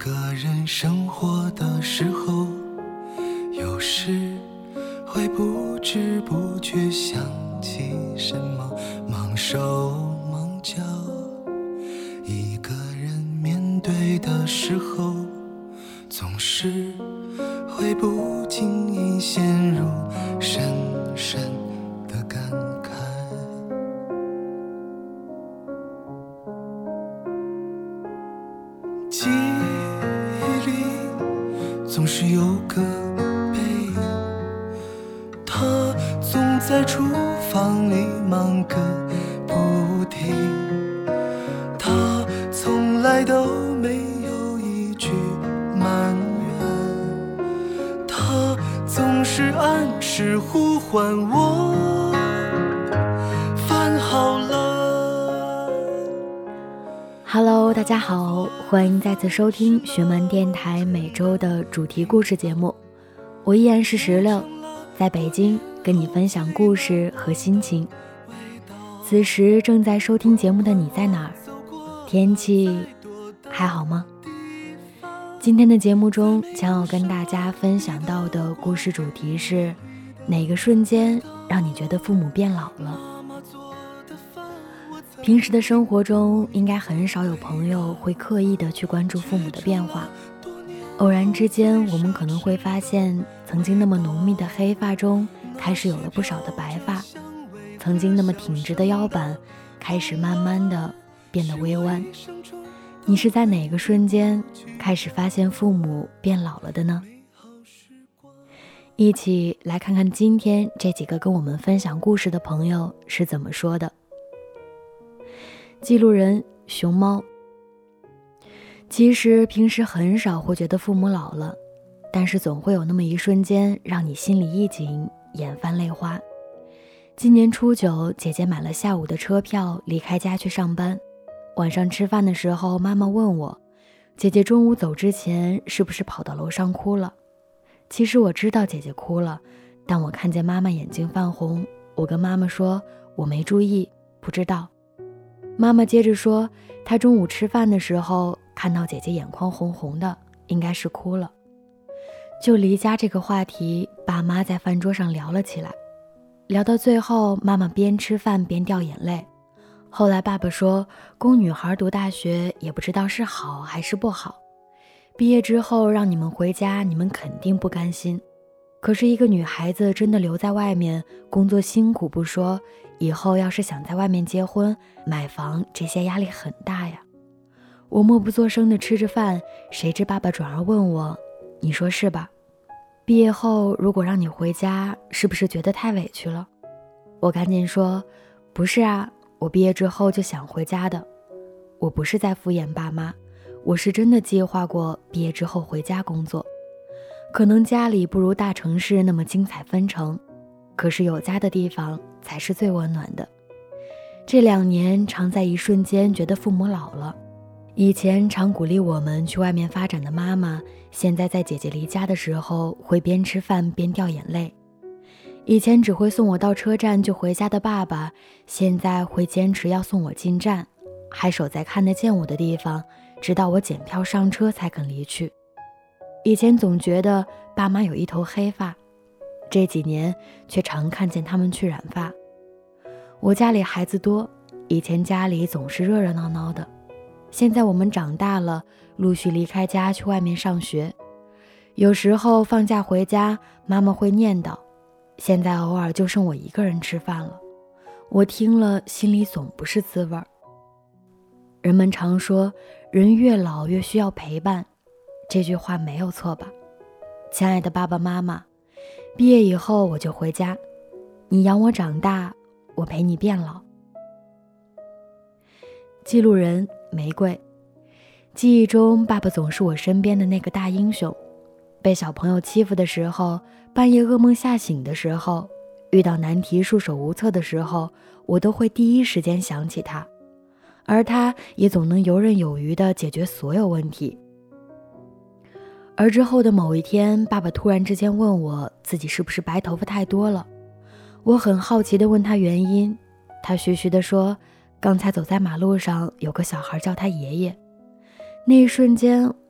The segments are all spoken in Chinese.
个人生活的时候，有时会不知不觉想起什么，忙手忙脚。一个人面对的时候，总是会不经意陷入深深的感慨。记忆里总是有个背影，他总在厨房里忙个不停，他从来都没有一句埋怨，他总是按时呼唤我饭好了。 Hello， 大家好，欢迎再次收听学门电台每周的主题故事节目，我依然是石榴，在北京跟你分享故事和心情。此时正在收听节目的你在哪儿？天气还好吗？今天的节目中将要跟大家分享到的故事主题是：哪个瞬间让你觉得父母变老了？平时的生活中，应该很少有朋友会刻意的去关注父母的变化。偶然之间，我们可能会发现，曾经那么浓密的黑发中，开始有了不少的白发；曾经那么挺直的腰板，开始慢慢的变得微弯。你是在哪个瞬间开始发现父母变老了的呢？一起来看看今天这几个跟我们分享故事的朋友是怎么说的。记录人熊猫。其实平时很少会觉得父母老了，但是总会有那么一瞬间让你心里一紧，眼泛泪花。今年初9，姐姐买了下午的车票离开家去上班。晚上吃饭的时候，妈妈问我，姐姐中午走之前是不是跑到楼上哭了？其实我知道姐姐哭了，但我看见妈妈眼睛泛红，我跟妈妈说我没注意，不知道。妈妈接着说，她中午吃饭的时候看到姐姐眼眶红红的，应该是哭了。就离家这个话题，爸妈在饭桌上聊了起来，聊到最后，妈妈边吃饭边掉眼泪。后来爸爸说，供女孩读大学也不知道是好还是不好，毕业之后让你们回家，你们肯定不甘心。可是一个女孩子真的留在外面，工作辛苦不说，以后要是想在外面结婚买房，这些压力很大呀。我默不作声地吃着饭，谁知爸爸转而问我，你说是吧？毕业后如果让你回家，是不是觉得太委屈了？我赶紧说，不是啊，我毕业之后就想回家的。我不是在敷衍爸妈，我是真的计划过毕业之后回家工作。可能家里不如大城市那么精彩纷呈，可是有家的地方才是最温暖的。这2年常在一瞬间觉得父母老了。以前常鼓励我们去外面发展的妈妈，现在在姐姐离家的时候会边吃饭边掉眼泪。以前只会送我到车站就回家的爸爸，现在会坚持要送我进站，还守在看得见我的地方，直到我检票上车才肯离去。以前总觉得爸妈有一头黑发，这几年却常看见他们去染发。我家里孩子多，以前家里总是热热闹闹的，现在我们长大了，陆续离开家去外面上学。有时候放假回家，妈妈会念叨，现在偶尔就剩我一个人吃饭了。我听了心里总不是滋味儿。人们常说，人越老越需要陪伴，这句话没有错吧？亲爱的爸爸妈妈，毕业以后我就回家，你养我长大，我陪你变老。记录人玫瑰。记忆中，爸爸总是我身边的那个大英雄。被小朋友欺负的时候，半夜噩梦吓醒的时候，遇到难题束手无策的时候，我都会第一时间想起他，而他也总能游刃有余地解决所有问题。而之后的某一天，爸爸突然之间问我自己是不是白头发太多了。我很好奇地问他原因，他徐徐地说，刚才走在马路上，有个小孩叫他爷爷。那一瞬间，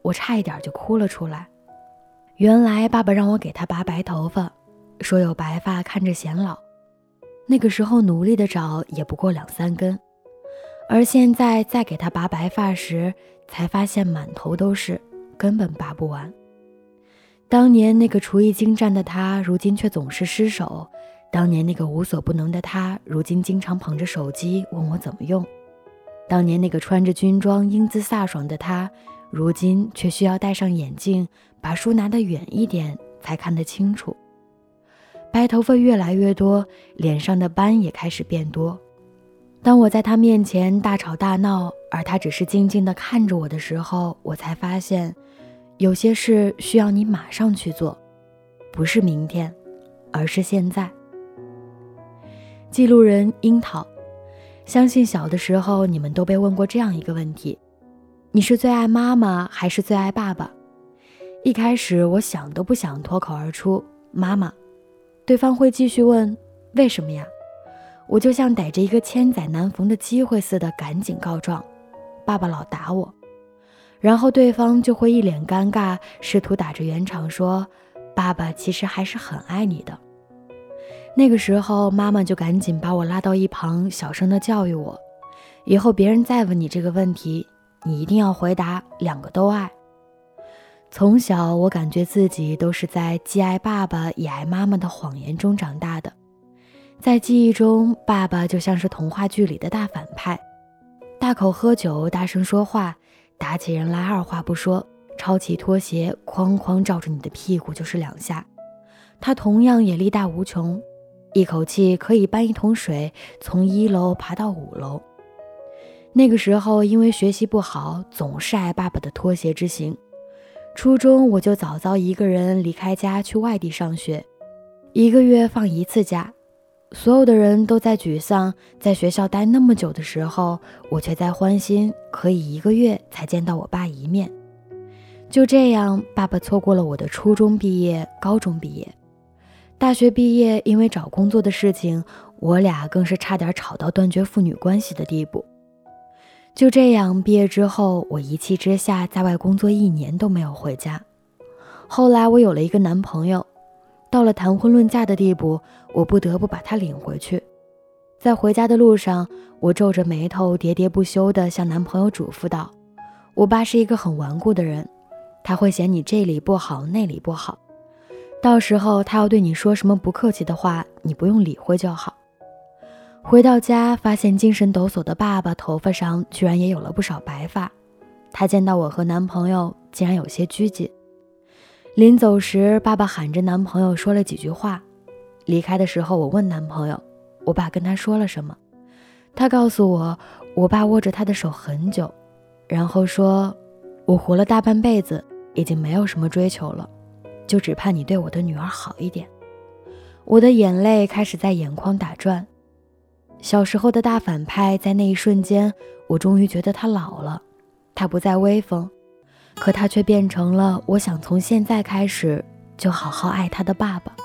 我差一点就哭了出来。原来爸爸让我给他拔白头发，说有白发看着显老。那个时候努力的找也不过2-3根，而现在再给他拔白发时，才发现满头都是，根本拔不完。当年那个厨艺精湛的他，如今却总是失手。当年那个无所不能的他，如今经常捧着手机问我怎么用。当年那个穿着军装英姿飒爽的他，如今却需要戴上眼镜，把书拿得远一点才看得清楚。白头发越来越多，脸上的斑也开始变多。当我在他面前大吵大闹，而他只是静静地看着我的时候，我才发现，有些事需要你马上去做，不是明天，而是现在。记录人樱桃，相信小的时候你们都被问过这样一个问题：你是最爱妈妈还是最爱爸爸？一开始我想都不想脱口而出妈妈，对方会继续问为什么呀？我就像逮着一个千载难逢的机会似的赶紧告状，爸爸老打我。然后对方就会一脸尴尬，试图打着圆场说爸爸其实还是很爱你的。那个时候妈妈就赶紧把我拉到一旁，小声地教育我，以后别人再问你这个问题，你一定要回答2个都爱。从小我感觉自己都是在既爱爸爸也爱妈妈的谎言中长大的。在记忆中，爸爸就像是童话剧里的大反派，大口喝酒，大声说话，打起人来二话不说，抄起拖鞋哐哐照着你的屁股就是2下。他同样也力大无穷，一口气可以搬1桶水从1楼爬到5楼。那个时候因为学习不好，总是挨爸爸的拖鞋之刑。初中我就早早一个人离开家去外地上学，1个月放1次假。所有的人都在沮丧在学校待那么久的时候，我却在欢欣可以1个月才见到我爸一面。就这样，爸爸错过了我的初中毕业、高中毕业。大学毕业，因为找工作的事情，我俩更是差点吵到断绝父女关系的地步。就这样，毕业之后，我一气之下在外工作1年都没有回家。后来我有了一个男朋友，到了谈婚论嫁的地步，我不得不把他领回去。在回家的路上，我皱着眉头喋喋不休地向男朋友嘱咐道，我爸是一个很顽固的人，他会嫌你这里不好那里不好，到时候他要对你说什么不客气的话，你不用理会就好。回到家，发现精神抖擞的爸爸头发上居然也有了不少白发，他见到我和男朋友竟然有些拘谨。临走时，爸爸喊着男朋友说了几句话。离开的时候，我问男朋友，我爸跟他说了什么？他告诉我，我爸握着他的手很久，然后说，我活了大半辈子，已经没有什么追求了，就只盼你对我的女儿好一点。我的眼泪开始在眼眶打转。小时候的大反派，在那一瞬间，我终于觉得他老了，他不再威风，可他却变成了我想从现在开始就好好爱他的爸爸。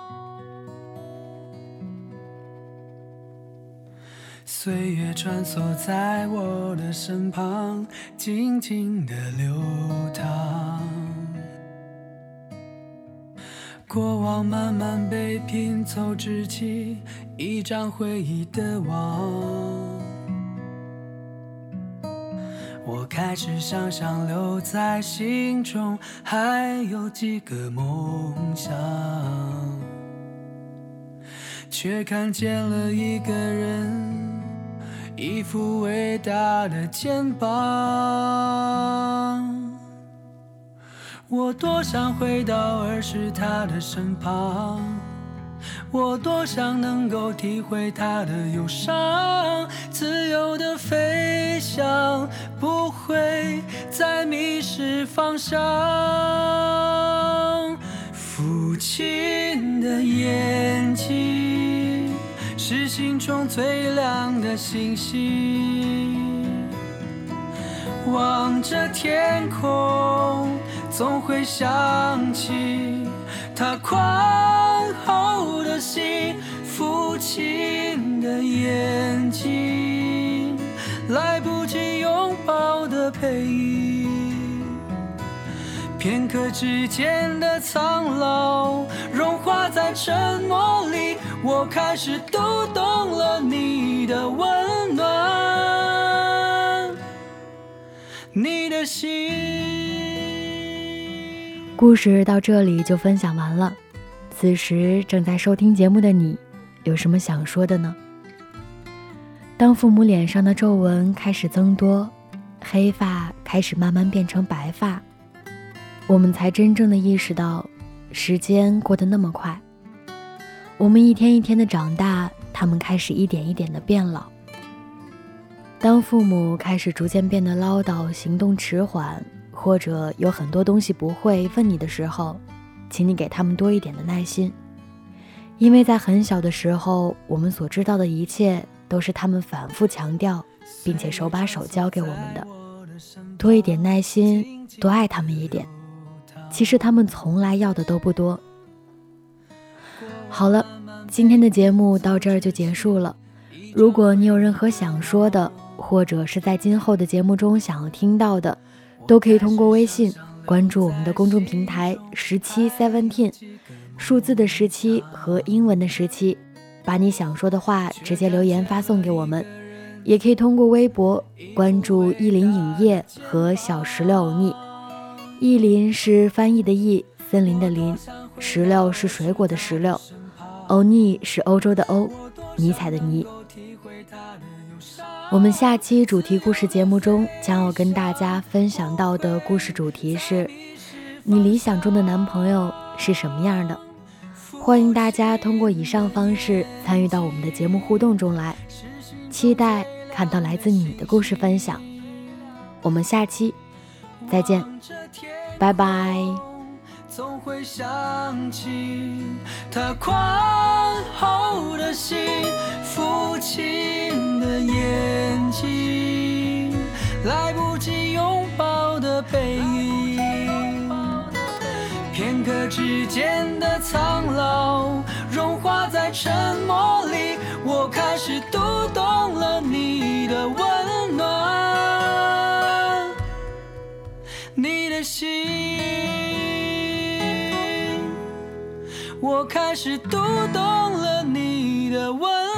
岁月穿梭在我的身旁，静静地流淌，过往慢慢被拼凑织起一张回忆的网。我开始想象留在心中还有几个梦想，却看见了一个人，一副伟大的肩膀。我多想回到儿时他的身旁，我多想能够体会他的忧伤，自由的飞翔，不会再迷失方向。父亲的眼睛是心中最亮的星星，望着天空总会想起他宽厚的心。父亲的眼睛来不及拥抱的背影， 片刻之间的苍老融化在沉默里，我开始读懂了你的温暖，你的心。 故事到这里就分享完了。此时正在收听节目的你，有什么想说的呢？当父母脸上的皱纹开始增多，黑发开始慢慢变成白发，我们才真正的意识到时间过得那么快。我们一天一天的长大，他们开始一点一点的变老。当父母开始逐渐变得唠叨，行动迟缓，或者有很多东西不会问你的时候，请你给他们多一点的耐心，因为在很小的时候，我们所知道的一切都是他们反复强调并且手把手教给我们的。多一点耐心，多爱他们一点，其实他们从来要的都不多。好了，今天的节目到这儿就结束了。如果你有任何想说的，或者是在今后的节目中想要听到的，都可以通过微信关注我们的公众平台1717，数字的17和英文的17，把你想说的话直接留言发送给我们。也可以通过微博关注意林影业和小石榴欧尼。意林是翻译的意，森林的林，石榴是水果的石榴，欧尼是欧洲的欧，尼采的尼。我们下期主题故事节目中将要跟大家分享到的故事主题是：你理想中的男朋友是什么样的？欢迎大家通过以上方式参与到我们的节目互动中来，期待看到来自你的故事分享。我们下期再见，拜拜。 总会想起他宽厚的心，父亲的眼睛，来不及拥抱的背影，片刻之间的苍老融化在沉默里，我开始读懂了你的温暖，你的心，我开始读懂了你的温暖。